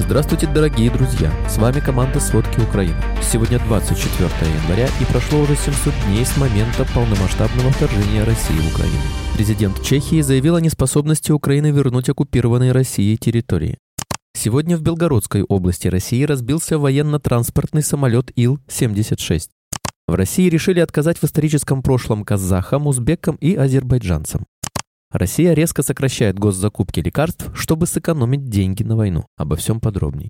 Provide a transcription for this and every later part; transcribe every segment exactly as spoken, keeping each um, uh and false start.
Здравствуйте, дорогие друзья! С вами команда «Сводки Украины». Сегодня двадцать четвёртое января и прошло уже семьсот дней с момента полномасштабного вторжения России в Украину. Президент Чехии заявил о неспособности Украины вернуть оккупированные Россией территории. Сегодня в Белгородской области России разбился военно-транспортный самолет Ил семьдесят шесть. В России решили отказать в историческом прошлом казахам, узбекам и азербайджанцам. Россия резко сокращает госзакупки лекарств, чтобы сэкономить деньги на войну. Обо всем подробней.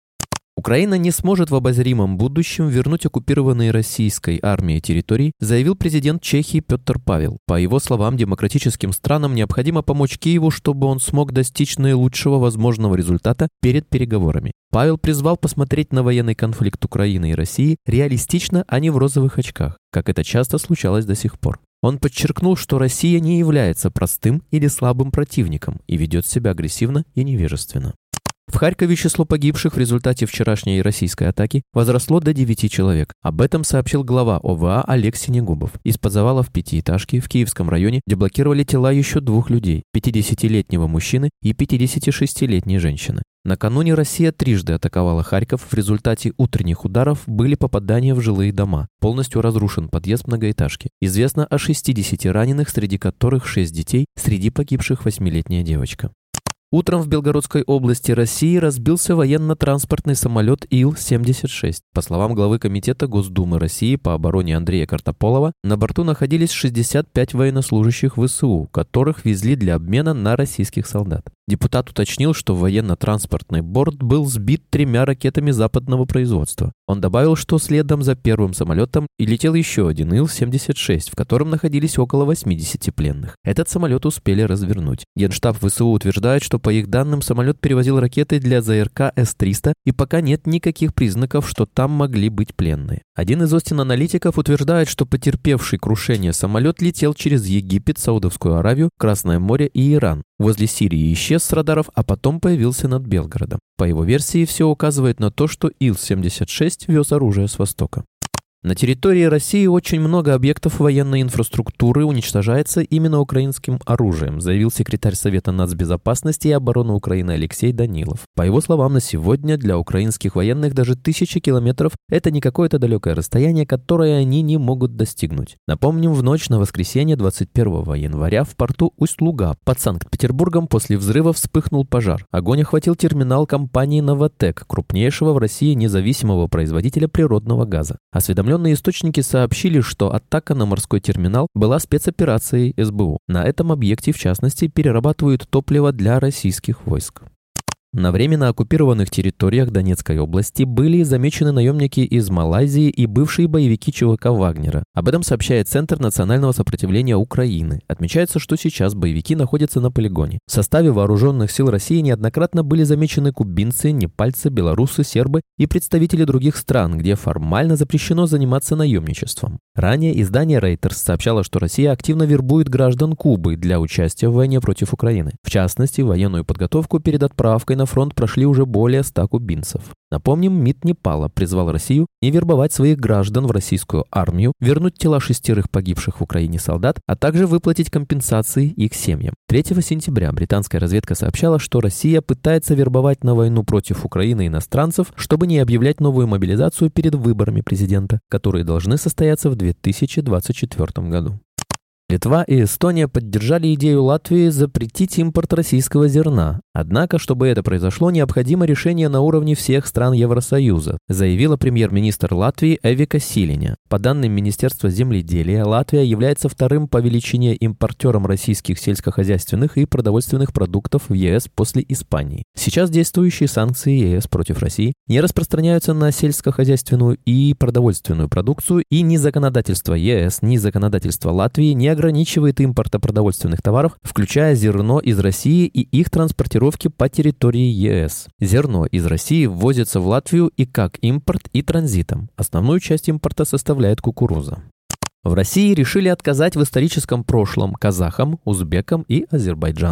Украина не сможет в обозримом будущем вернуть оккупированные российской армией территории, заявил президент Чехии Петр Павел. По его словам, демократическим странам необходимо помочь Киеву, чтобы он смог достичь наилучшего возможного результата перед переговорами. Павел призвал посмотреть на военный конфликт Украины и России реалистично, а не в розовых очках, как это часто случалось до сих пор. Он подчеркнул, что Россия не является простым или слабым противником и ведет себя агрессивно и невежественно. В Харькове число погибших в результате вчерашней российской атаки возросло до девяти человек. Об этом сообщил глава О В А Олег Синегубов. Из-под завалов пятиэтажки в Киевском районе деблокировали тела еще двух людей – пятидесятилетнего мужчины и пятидесятишестилетней женщины. Накануне Россия трижды атаковала Харьков. В результате утренних ударов были попадания в жилые дома. Полностью разрушен подъезд многоэтажки. Известно о шестидесяти раненых, среди которых шесть детей, среди погибших восьмилетняя девочка. Утром в Белгородской области России разбился военно-транспортный самолет Ил семьдесят шесть. По словам главы Комитета Госдумы России по обороне Андрея Картополова, на борту находились шестьдесят пять военнослужащих В С У, которых везли для обмена на российских солдат. Депутат уточнил, что военно-транспортный борт был сбит тремя ракетами западного производства. Он добавил, что следом за первым самолетом и летел еще один Ил семьдесят шесть, в котором находились около восьмидесяти пленных. Этот самолет успели развернуть. Генштаб В С У утверждает, что по их данным самолет перевозил ракеты для З Р К С триста, и пока нет никаких признаков, что там могли быть пленные. Один из Остин-аналитиков утверждает, что потерпевший крушение самолет летел через Египет, Саудовскую Аравию, Красное море и Иран. Возле Сирии исчез с радаров, а потом появился над Белгородом. По его версии, все указывает на то, что Ил семьдесят шесть вез оружие с востока. На территории России очень много объектов военной инфраструктуры уничтожается именно украинским оружием, заявил секретарь Совета нацбезопасности и обороны Украины Алексей Данилов. По его словам, на сегодня для украинских военных даже тысячи километров – это не какое-то далекое расстояние, которое они не могут достигнуть. Напомним, в ночь на воскресенье двадцать первого января в порту Усть-Луга под Санкт-Петербургом после взрыва вспыхнул пожар. Огонь охватил терминал компании «Новатэк», крупнейшего в России независимого производителя природного газа. Осведомленные источники сообщили, что атака на морской терминал была спецоперацией С Б У. На этом объекте, в частности, перерабатывают топливо для российских войск. На временно оккупированных территориях Донецкой области были замечены наемники из Малайзии и бывшие боевики Ч В К Вагнера. Об этом сообщает Центр национального сопротивления Украины. Отмечается, что сейчас боевики находятся на полигоне. В составе вооруженных сил России неоднократно были замечены кубинцы, непальцы, белорусы, сербы и представители других стран, где формально запрещено заниматься наемничеством. Ранее издание Reuters сообщало, что Россия активно вербует граждан Кубы для участия в войне против Украины. В частности, военную подготовку перед отправкой на фронт прошли уже более ста кубинцев. Напомним, МИД Непала призвал Россию не вербовать своих граждан в российскую армию, вернуть тела шестерых погибших в Украине солдат, а также выплатить компенсации их семьям. третьего сентября британская разведка сообщала, что Россия пытается вербовать на войну против Украины иностранцев, чтобы не объявлять новую мобилизацию перед выборами президента, которые должны состояться в две тысячи двадцать четвёртом году. Литва и Эстония поддержали идею Латвии запретить импорт российского зерна. Однако, чтобы это произошло, необходимо решение на уровне всех стран Евросоюза, заявила премьер-министр Латвии Эвика Силиня. По данным Министерства земледелия, Латвия является вторым по величине импортером российских сельскохозяйственных и продовольственных продуктов в Е С после Испании. Сейчас действующие санкции Е С против России не распространяются на сельскохозяйственную и продовольственную продукцию, и ни законодательство Е С, ни законодательство Латвии не ограничивает импорта продовольственных товаров, включая зерно из России и их транспортировки по территории Е С. Зерно из России ввозится в Латвию и как импорт, и транзитом. Основную часть импорта составляет кукуруза. В России решили отказать в историческом прошлом казахам, узбекам и азербайджанцам.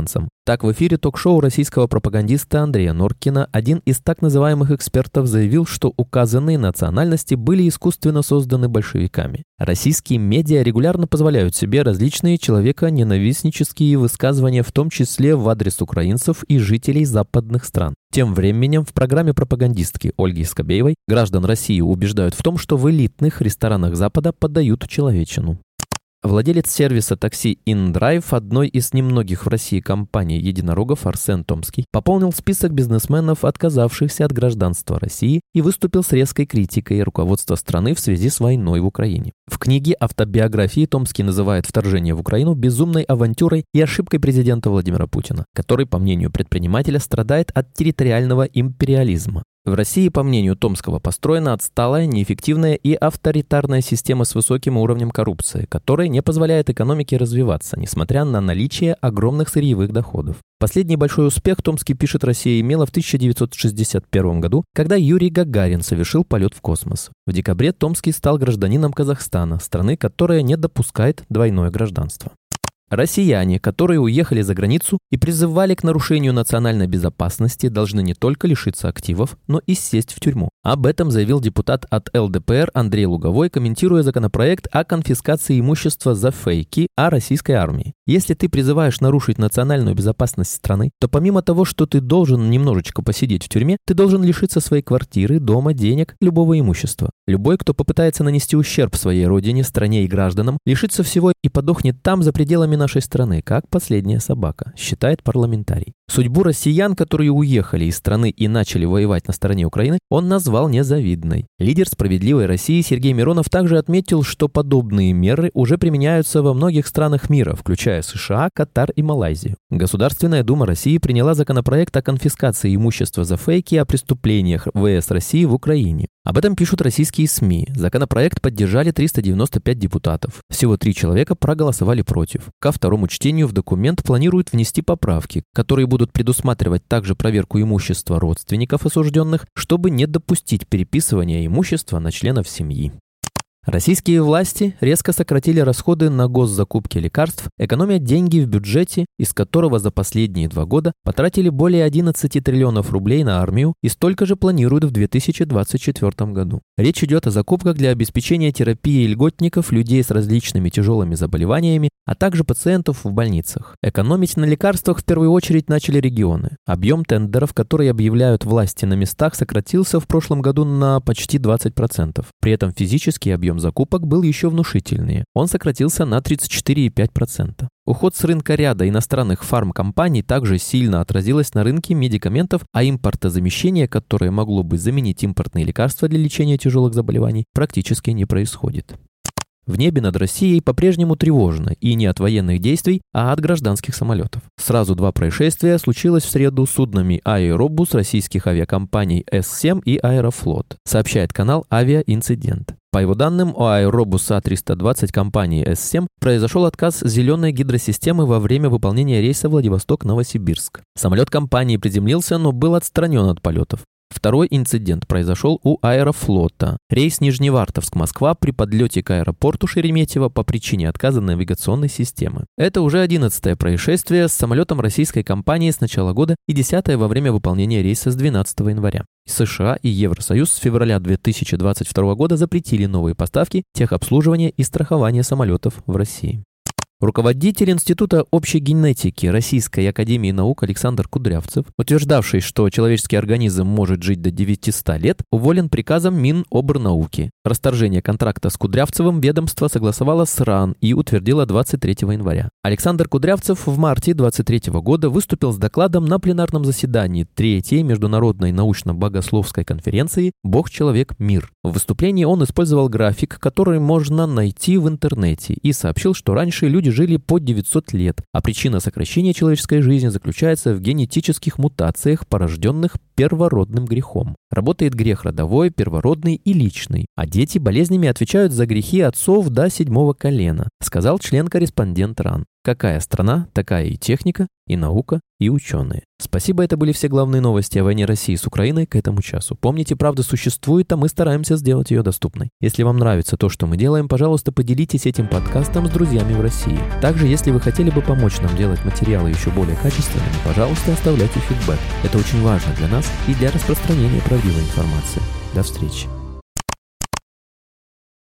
Так, в эфире ток-шоу российского пропагандиста Андрея Норкина один из так называемых экспертов заявил, что указанные национальности были искусственно созданы большевиками. Российские медиа регулярно позволяют себе различные человеконенавистнические высказывания, в том числе в адрес украинцев и жителей западных стран. Тем временем в программе пропагандистки Ольги Скобеевой граждан России убеждают в том, что в элитных ресторанах Запада подают человечину. Владелец сервиса такси InDrive, одной из немногих в России компаний единорогов, Арсен Томский, пополнил список бизнесменов, отказавшихся от гражданства России, и выступил с резкой критикой руководства страны в связи с войной в Украине. В книге автобиографии Томский называет вторжение в Украину безумной авантюрой и ошибкой президента Владимира Путина, который, по мнению предпринимателя, страдает от территориального империализма. В России, по мнению Томского, построена отсталая, неэффективная и авторитарная система с высоким уровнем коррупции, которая не позволяет экономике развиваться, несмотря на наличие огромных сырьевых доходов. Последний большой успех, Томский пишет, Россия имела в тысяча девятьсот шестьдесят первом году, когда Юрий Гагарин совершил полет в космос. В декабре Томский стал гражданином Казахстана, страны, которая не допускает двойное гражданство. Россияне, которые уехали за границу и призывали к нарушению национальной безопасности, должны не только лишиться активов, но и сесть в тюрьму. Об этом заявил депутат от эл дэ пэ эр Андрей Луговой, комментируя законопроект о конфискации имущества за фейки о российской армии. Если ты призываешь нарушить национальную безопасность страны, то помимо того, что ты должен немножечко посидеть в тюрьме, ты должен лишиться своей квартиры, дома, денег, любого имущества. Любой, кто попытается нанести ущерб своей родине, стране и гражданам, лишится всего и подохнет там, за пределами нашей страны, как последняя собака, считает парламентарий. Судьбу россиян, которые уехали из страны и начали воевать на стороне Украины, он назвал незавидной. Лидер «Справедливой России» Сергей Миронов также отметил, что подобные меры уже применяются во многих странах мира, включая США, Катар и Малайзию. Государственная дума России приняла законопроект о конфискации имущества за фейки о преступлениях вэ эс России в Украине. Об этом пишут российские СМИ. Законопроект поддержали триста девяносто пять депутатов. Всего три человека проголосовали против. Ко второму чтению в документ планируют внести поправки, которые будут предусматривать также проверку имущества родственников осужденных, чтобы не допустить переписывания имущества на членов семьи. Российские власти резко сократили расходы на госзакупки лекарств, экономя деньги в бюджете, из которого за последние два года потратили более одиннадцати триллионов рублей на армию и столько же планируют в две тысячи двадцать четвёртом году. Речь идет о закупках для обеспечения терапии льготников, людей с различными тяжелыми заболеваниями, а также пациентов в больницах. Экономить на лекарствах в первую очередь начали регионы. Объем тендеров, которые объявляют власти на местах, сократился в прошлом году на почти двадцать процентов. При этом физический объем закупок был еще внушительнее. Он сократился на тридцать четыре и пять десятых процента. Уход с рынка ряда иностранных фармкомпаний также сильно отразилось на рынке медикаментов, а импортозамещение, которое могло бы заменить импортные лекарства для лечения тяжелых заболеваний, практически не происходит. В небе над Россией по-прежнему тревожно, и не от военных действий, а от гражданских самолетов. Сразу два происшествия случилось в среду с суднами «Аэробус» российских авиакомпаний эс семь и «Аэрофлот», сообщает канал «Авиаинцидент». По его данным, у «Аэробуса» триста двадцать компании эс семь произошел отказ зеленой гидросистемы во время выполнения рейса Владивосток-Новосибирск. Самолет компании приземлился, но был отстранен от полетов. Второй инцидент произошел у «Аэрофлота». Рейс Нижневартовск-Москва при подлете к аэропорту Шереметьево по причине отказа навигационной системы. Это уже одиннадцатое происшествие с самолетом российской компании с начала года и десятое во время выполнения рейса с двенадцатого января. США и Евросоюз с февраля две тысячи двадцать второго года запретили новые поставки, техобслуживания и страхования самолетов в России. Руководитель Института общей генетики Российской академии наук Александр Кудрявцев, утверждавший, что человеческий организм может жить до девятисот лет, уволен приказом Минобрнауки. Расторжение контракта с Кудрявцевым ведомство согласовало с РАН и утвердило двадцать третьего января. Александр Кудрявцев в марте двадцать третьего года выступил с докладом на пленарном заседании Третьей международной научно-богословской конференции «Бог, человек, мир». В выступлении он использовал график, который можно найти в интернете, и сообщил, что раньше люди жили по девятьсот лет, а причина сокращения человеческой жизни заключается в генетических мутациях, порожденных первородным грехом. Работает грех родовой, первородный и личный, а дети болезнями отвечают за грехи отцов до седьмого колена, сказал член-корреспондент РАН. Какая страна, такая и техника, и наука, и ученые. Спасибо, это были все главные новости о войне России с Украиной к этому часу. Помните, правда существует, а мы стараемся сделать ее доступной. Если вам нравится то, что мы делаем, пожалуйста, поделитесь этим подкастом с друзьями в России. Также, если вы хотели бы помочь нам делать материалы еще более качественными, пожалуйста, оставляйте фидбэк. Это очень важно для нас и для распространения правдивой информации. До встречи.